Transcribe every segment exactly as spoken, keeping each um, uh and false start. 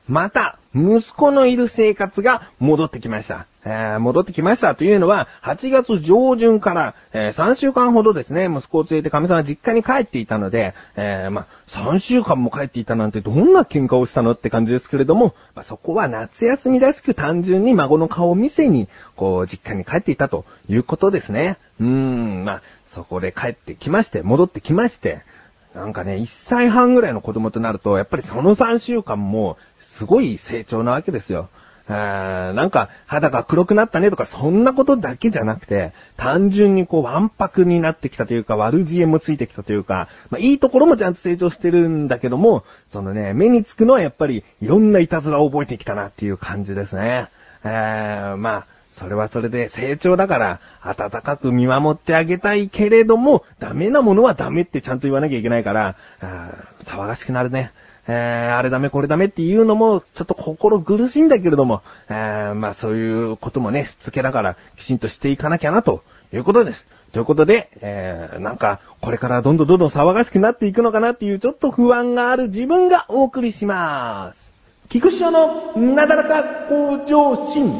また、息子のいる生活が戻ってきました。えー、戻ってきましたというのは、はちがつ上旬から、えー、さんしゅうかんほどですね、息子を連れて神さんは実家に帰っていたので、えー、まあ、さんしゅうかんも帰っていたなんてどんな喧嘩をしたのって感じですけれども、まあ、そこは夏休みらしく単純に孫の顔を見せに、こう、実家に帰っていたということですね。うーん、まあ、そこで帰ってきまして、戻ってきまして、なんかね、いっさいはんぐらいの子供となると、やっぱりそのさんしゅうかんも、すごい成長なわけですよ。あーなんか肌が黒くなったねとかそんなことだけじゃなくて、単純にこうわんぱくになってきたというか、悪知恵もついてきたというか、まあいいところもちゃんと成長してるんだけども、そのね、目につくのはやっぱりいろんないたずらを覚えてきたなっていう感じですね。えー、まあ、それはそれで成長だから、温かく見守ってあげたいけれども、ダメなものはダメってちゃんと言わなきゃいけないから、あー騒がしくなるね。えー、あれダメこれダメっていうのもちょっと心苦しいんだけれども、えー、まあそういうこともねしつけながらきちんとしていかなきゃなということです。ということで、えー、なんかこれからどんどんどんどん騒がしくなっていくのかなっていうちょっと不安がある自分がお送りします。菊師匠のなだらか向上心。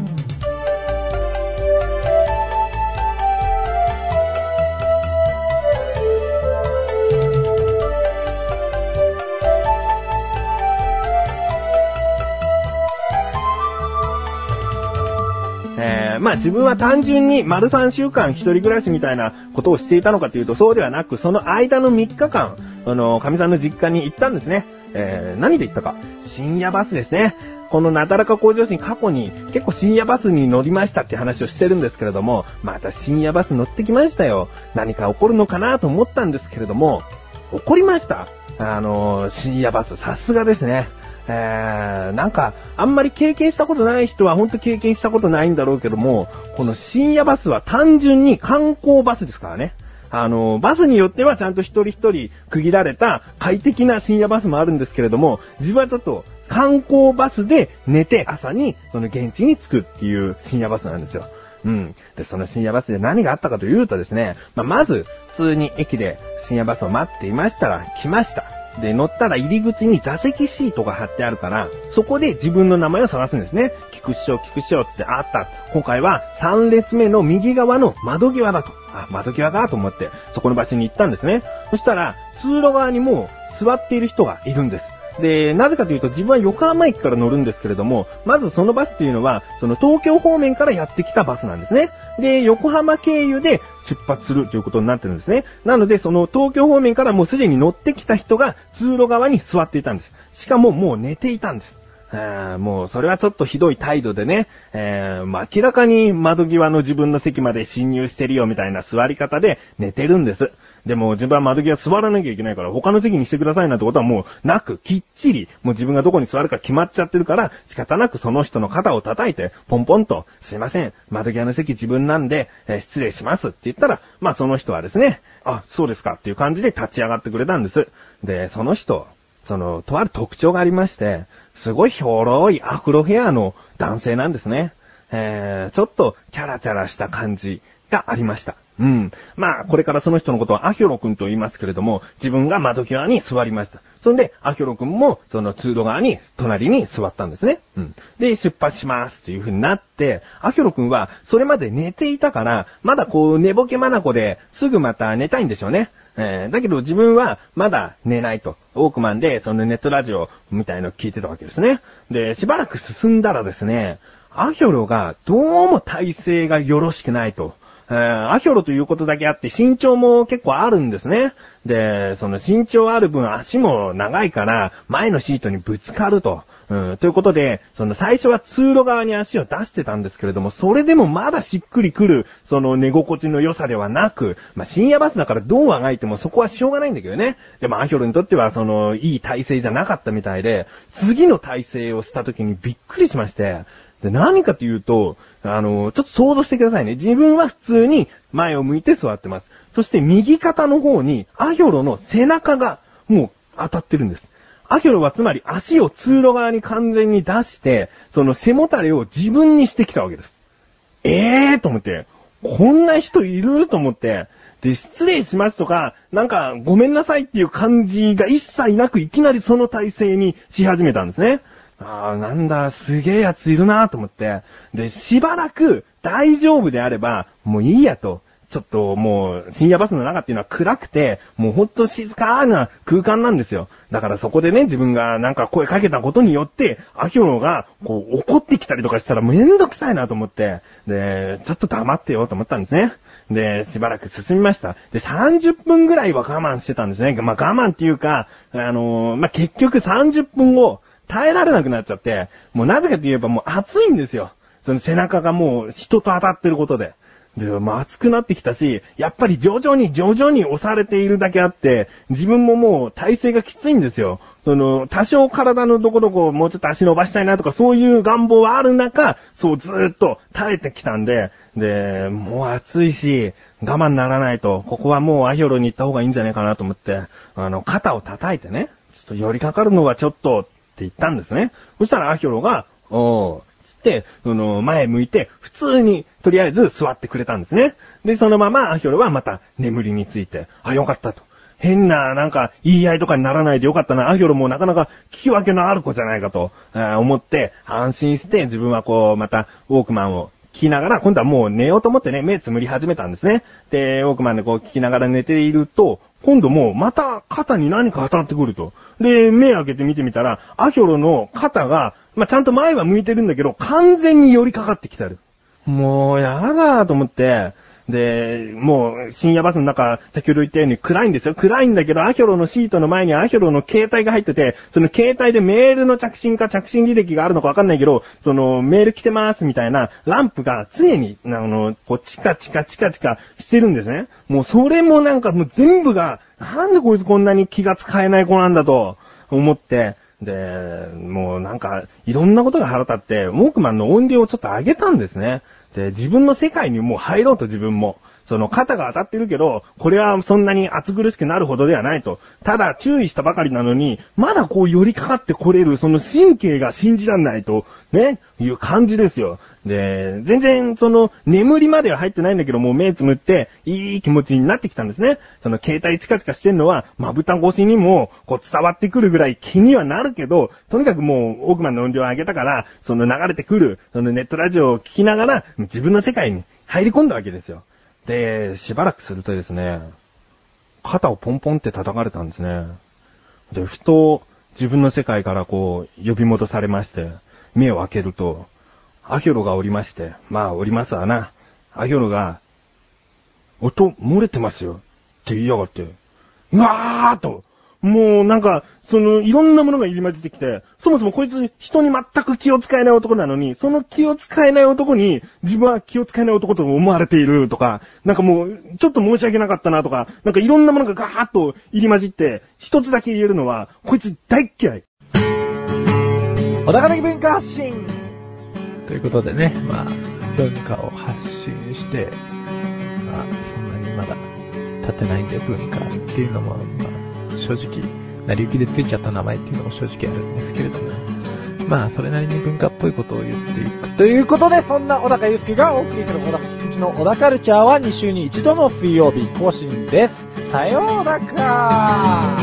えー、まあ自分は単純に丸さんしゅうかん一人暮らしみたいなことをしていたのかというとそうではなく、その間のみっかかん、あの、神さんの実家に行ったんですね。えー、何で行ったか。深夜バスですね。このなだらか向上心過去に結構深夜バスに乗りましたって話をしてるんですけれども、また深夜バス乗ってきましたよ。何か起こるのかなと思ったんですけれども、起こりました。あの、深夜バス、さすがですね。えー、なんか、あんまり経験したことない人は本当経験したことないんだろうけども、この深夜バスは単純に観光バスですからね。あの、バスによってはちゃんと一人一人区切られた快適な深夜バスもあるんですけれども、自分はちょっと観光バスで寝て朝にその現地に着くっていう深夜バスなんですよ。うん。で、その深夜バスで何があったかというとですね、まあ、まず普通に駅で深夜バスを待っていましたら来ました。で、乗ったら入り口に座席シートが貼ってあるから、そこで自分の名前を探すんですね。菊師匠、菊師匠つってあった。今回はさん列目の右側の窓際だと。あ、窓際かと思って、そこの場所に行ったんですね。そしたら、通路側にもう座っている人がいるんです。で、なぜかというと自分は横浜駅から乗るんですけれども、まずそのバスっていうのは、その東京方面からやってきたバスなんですね。で、横浜経由で出発するということになってるんですね。なので、その東京方面からもうすでに乗ってきた人が通路側に座っていたんです。しかももう寝ていたんです。あもうそれはちょっとひどい態度でね、えー、まあ、明らかに窓際の自分の席まで侵入してるよみたいな座り方で寝てるんです。でも自分は窓際座らなきゃいけないから他の席にしてくださいなんてことはもうなく、きっちりもう自分がどこに座るか決まっちゃってるから仕方なくその人の肩を叩いてポンポンとすいません窓際の席自分なんで、えー、失礼しますって言ったら、まあその人はですね、あそうですかっていう感じで立ち上がってくれたんです。でその人そのとある特徴がありまして、すごいひょろいアフロヘアの男性なんですね。えー、ちょっとチャラチャラした感じがありました。うん。まあ、これからその人のことはアヒョロ君と言いますけれども、自分が窓際に座りました。そんで、アヒョロ君も、その通路側に、隣に座ったんですね。うん。で、出発しますという風になって、アヒョロ君は、それまで寝ていたから、まだこう、寝ぼけまなこで、すぐまた寝たいんでしょうね。えー、だけど自分は、まだ寝ないと。ウォークマンで、そのネットラジオみたいのを聞いてたわけですね。で、しばらく進んだらですね、アヒョロが、どうも体勢がよろしくないと。えー、アヒョロということだけあって身長も結構あるんですね。で、その身長ある分足も長いから前のシートにぶつかると。うん、ということで、その最初は通路側に足を出してたんですけれども、それでもまだしっくりくる、その寝心地の良さではなく、まあ、深夜バスだからどうあがいてもそこはしょうがないんだけどね。でもアヒョロにとってはそのいい体勢じゃなかったみたいで、次の体勢をした時にびっくりしまして、で、何かというと、あの、ちょっと想像してくださいね。自分は普通に前を向いて座ってます。そして右肩の方にアヒョロの背中がもう当たってるんです。アヒョロはつまり足を通路側に完全に出して、その背もたれを自分にしてきたわけです。えーと思って、こんな人いると思って、で、失礼しますとか、なんかごめんなさいっていう感じが一切なくいきなりその体勢にし始めたんですね。 ああ、なんだ、すげえやついるなと思って。で、しばらく大丈夫であれば、もういいやと。ちょっともう、深夜バスの中っていうのは暗くて、もうほんと静かな空間なんですよ。だからそこでね、自分がなんか声かけたことによって、アヒョロがこう怒ってきたりとかしたらめんどくさいなと思って、で、ちょっと黙ってよと思ったんですね。で、しばらく進みました。で、さんじゅっぷんぐらいは我慢してたんですね。まあ我慢っていうか、あのー、まあ結局さんじゅっぷんご、耐えられなくなっちゃって、もうなぜかといえばもう暑いんですよ。その背中がもう人と当たってることで。で、まあ暑くなってきたし、やっぱり徐々に徐々に押されているだけあって、自分ももう体勢がきついんですよ。その、多少体のどこどこもうちょっと足伸ばしたいなとかそういう願望はある中、そうずーっと耐えてきたんで、で、もう暑いし、我慢ならないと、ここはもうアヒョロに行った方がいいんじゃないかなと思って、あの、肩を叩いてね、ちょっと寄りかかるのはちょっとって言ったんですね。そしたらアヒョロが、おー、つって、その、前向いて、普通に、とりあえず座ってくれたんですね。で、そのままアヒョロはまた眠りについて、あ、よかったと。変な、なんか、言い合いとかにならないでよかったな。アヒョロもなかなか聞き分けのある子じゃないかと、思って、安心して自分はこう、また、ウォークマンを聞きながら、今度はもう寝ようと思ってね、目つむり始めたんですね。で、ウォークマンでこう聞きながら寝ていると、今度もうまた肩に何か当たってくると。で、目開けて見てみたら、アヒョロの肩が、まあ、ちゃんと前は向いてるんだけど、完全に寄りかかってきてる。もう、やだと思って、で、もう、深夜バスの中、先ほど言ったように暗いんですよ。暗いんだけど、アヒョロのシートの前にアヒョロの携帯が入ってて、その携帯でメールの着信か着信履歴があるのかわかんないけど、その、メール来てますみたいな、ランプが常に、あの、こう、チカチカチカチカしてるんですね。もう、それもなんかもう全部が、なんでこいつこんなに気が使えない子なんだと、思って、で、もうなんか、いろんなことが腹立って、ウォークマンの音量をちょっと上げたんですね。で、自分の世界にもう入ろうと自分も。その肩が当たってるけど、これはそんなに暑苦しくなるほどではないと。ただ注意したばかりなのに、まだこう寄りかかってこれる、その神経が信じらんないと、ね、いう感じですよ。で、全然その眠りまでは入ってないんだけど、もう目つむっていい気持ちになってきたんですね。その携帯チカチカしてんのは、まぶた越しにもこう伝わってくるぐらい気にはなるけど、とにかくもうオークマンの音量を上げたから、その流れてくる、そのネットラジオを聞きながら、自分の世界に入り込んだわけですよ。で、しばらくするとですね、肩をポンポンって叩かれたんですね。で、ふと自分の世界からこう呼び戻されまして、目を開けると、アヒョロがおりまして、まあおりますわな。アヒョロが、音漏れてますよって言いやがって、うわーっと、もうなんか、そのいろんなものが入り混じってきて、そもそもこいつ人に全く気を使えない男なのに、その気を使えない男に自分は気を使えない男と思われているとか、なんかもうちょっと申し訳なかったなとか、なんかいろんなものがガーッと入り混じって、一つだけ言えるのは、こいつ大嫌い。 小高的文化発信ということでね、まあ、文化を発信して、まあ、そんなにまだ立てないんで文化っていうのも、まあ、正直、成り行きでついちゃった名前っていうのも正直あるんですけれども、まあ、それなりに文化っぽいことを言っていく。ということで、そんな小高祐介がお送りする小高菊池の小高カルチャーはに週に一度の水曜日更新です。さようなら。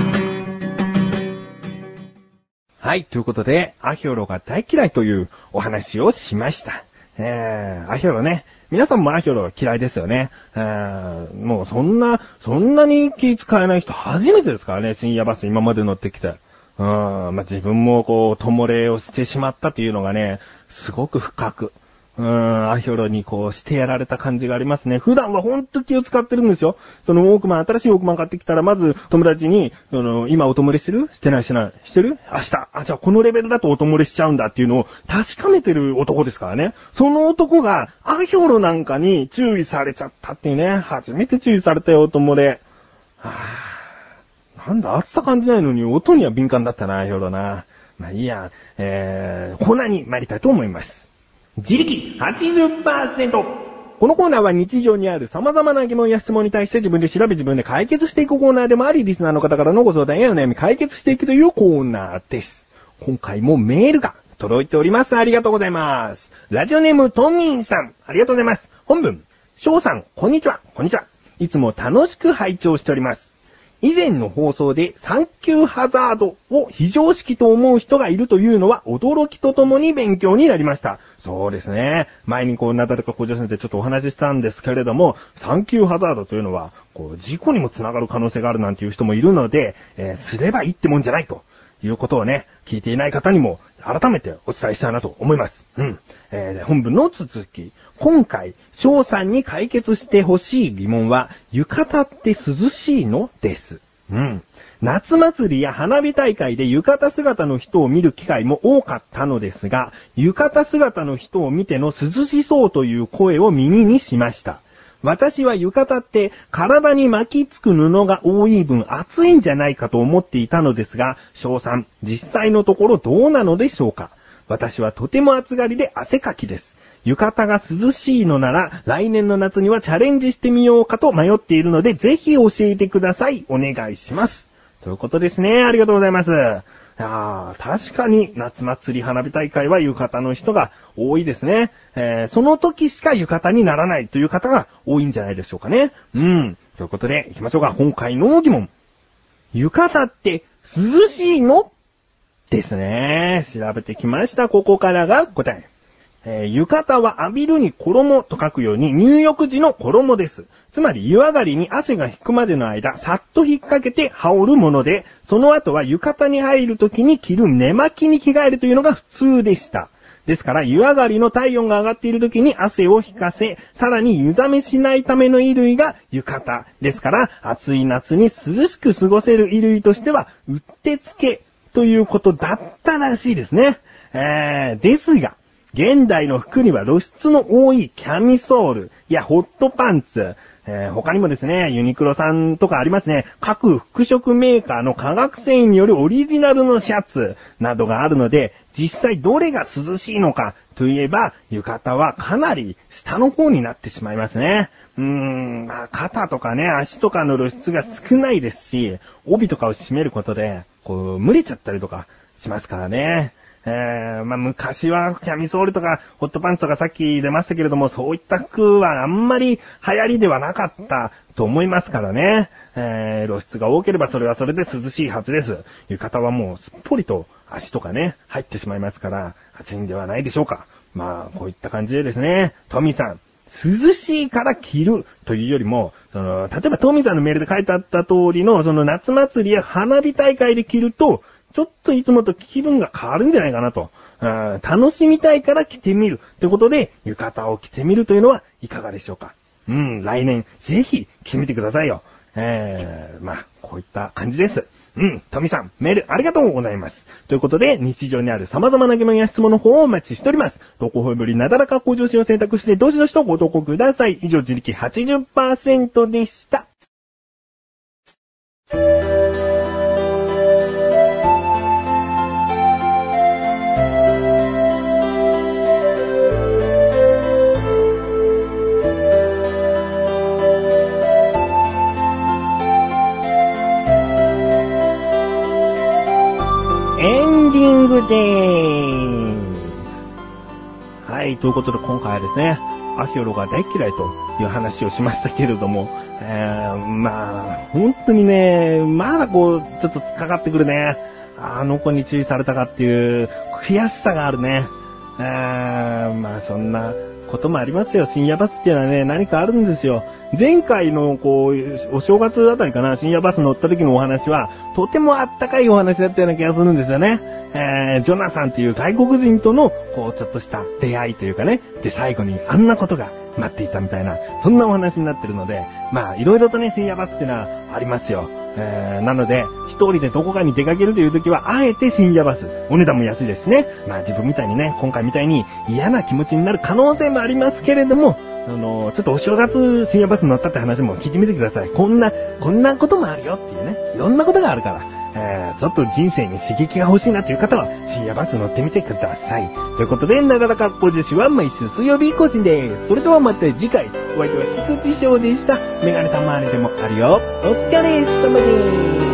はい、ということで、アヒョロが大嫌いというお話をしました。えー、アヒョロね。皆さんもアヒョロが嫌いですよね。えー、もうそんな、そんなに気使えない人初めてですからね、深夜バス今まで乗ってきて。うん、まあ、自分もこう、ともれをしてしまったというのがね、すごく深く。うーん、アヒョロにこうしてやられた感じがありますね。普段はほんと気を使ってるんですよ。そのウォークマン、新しいウォークマン買ってきたら、まず友達に、その、今おともれしてる？してないしてない。してる？明日。あ、じゃあこのレベルだとおともれしちゃうんだっていうのを確かめてる男ですからね。その男がアヒョロなんかに注意されちゃったっていうね。初めて注意されたよ、おともれ。はぁ。なんだ、暑さ感じないのに音には敏感だったな、アヒョロな。まあいいや、えー、コーナーに参りたいと思います。自力 はちじゅっパーセント。このコーナーは日常にある様々な疑問や質問に対して自分で調べ自分で解決していくコーナーでもあり、リスナーの方からのご相談やお悩み解決していくというコーナーです。今回もメールが届いております。ありがとうございます。ラジオネームトミーさん、ありがとうございます。本文、翔さん、こんにちは、こんにちは。いつも楽しく拝聴しております。 以前の放送でサンキューハザードを非常識と思う人がいるというのは驚きとともに勉強になりました。そうですね。前にこう、なだらか向上先生ちょっとお話ししたんですけれども、サンキューハザードというのは、こう、事故にもつながる可能性があるなんていう人もいるので、えー、すればいいってもんじゃないということをね、聞いていない方にも改めてお伝えしたいなと思います。うん。えー、本文の続き。今回、翔さんに解決してほしい疑問は、浴衣って涼しいのです。うん。夏祭りや花火大会で浴衣姿の人を見る機会も多かったのですが、浴衣姿の人を見ての涼しそうという声を耳にしました。私は浴衣って体に巻きつく布が多い分暑いんじゃないかと思っていたのですが、翔さん、実際のところどうなのでしょうか。私はとても暑がりで汗かきです。浴衣が涼しいのなら来年の夏にはチャレンジしてみようかと迷っているので、ぜひ教えてください。お願いします。ということですね。ありがとうございます。ああ、確かに夏祭り花火大会は浴衣の人が多いですね。えー、その時しか浴衣にならないという方が多いんじゃないでしょうかね。うん。ということで、行きましょうか。今回の疑問。浴衣って涼しいの？ですね。調べてきました。ここからが答え。えー、浴衣は浴びるに衣と書くように入浴時の衣です。つまり湯上がりに汗が引くまでの間、さっと引っ掛けて羽織るもので、その後は浴衣に入るときに着る寝巻きに着替えるというのが普通でした。ですから湯上がりの体温が上がっているときに汗を引かせ、さらに湯冷めしないための衣類が浴衣。ですから暑い夏に涼しく過ごせる衣類としてはうってつけということだったらしいですね。えー、ですが、現代の服には露出の多いキャミソールやホットパンツ、えー、他にもですね、ユニクロさんとかありますね、各服飾メーカーの化学繊維によるオリジナルのシャツなどがあるので、実際どれが涼しいのかといえば、浴衣はかなり下の方になってしまいますね。うーん、まあ、肩とかね、足とかの露出が少ないですし、帯とかを締めることで、こう、蒸れちゃったりとかしますからね。えー、まあ、昔はキャミソールとかホットパンツとかさっき出ましたけれども、そういった服はあんまり流行りではなかったと思いますからね。えー、露出が多ければそれはそれで涼しいはずです。浴衣はもうすっぽりと足とかね、入ってしまいますから、暑いんではないでしょうか。まあ、こういった感じでですね、トミさん、涼しいから着るというよりも、その、例えばトミさんのメールで書いてあった通りの、その夏祭りや花火大会で着ると、ちょっといつもと気分が変わるんじゃないかなと。うん、楽しみたいから着てみる。ということで、浴衣を着てみるというのはいかがでしょうか。うん、来年ぜひ着てみてくださいよ。えー、まあ、こういった感じです。うん、トミさん、メールありがとうございます。ということで、日常にある様々な疑問や質問の方をお待ちしております。投稿フォームよりなだらか向上心を選択して、どしどしとご投稿ください。以上、自力 はちじゅっパーセント でした。でーす。はい、ということで今回はですね、アヒョロが大嫌いという話をしましたけれども、えー、まあ、本当にね、まだこう、ちょっとかかってくるね。あの子に注意されたかっていう悔しさがあるね。えー、まあそんなこともありますよ。深夜バスっていうのはね、何かあるんですよ。前回のこう、お正月あたりかな、深夜バス乗った時のお話は、とてもあったかいお話だったような気がするんですよね。えー、ジョナサンっていう外国人との、こう、ちょっとした出会いというかね。で、最後にあんなことが待っていたみたいな、そんなお話になってるので、まあ、いろいろとね、深夜バスっていうのはありますよ。えー、なので、一人でどこかに出かけるという時は、あえて深夜バス。お値段も安いですね。まあ自分みたいにね、今回みたいに嫌な気持ちになる可能性もありますけれども、あのー、ちょっとお正月深夜バスに乗ったって話も聞いてみてください。こんな、こんなこともあるよっていうね。いろんなことがあるから。えー、ちょっと人生に刺激が欲しいなという方は、深夜バス乗ってみてください。ということで、なだらかっぽ女子は毎週水曜日更新です。それではまた次回、お相手は菊池翔でした。メガネたまわりでもあるよ。お疲れ様です。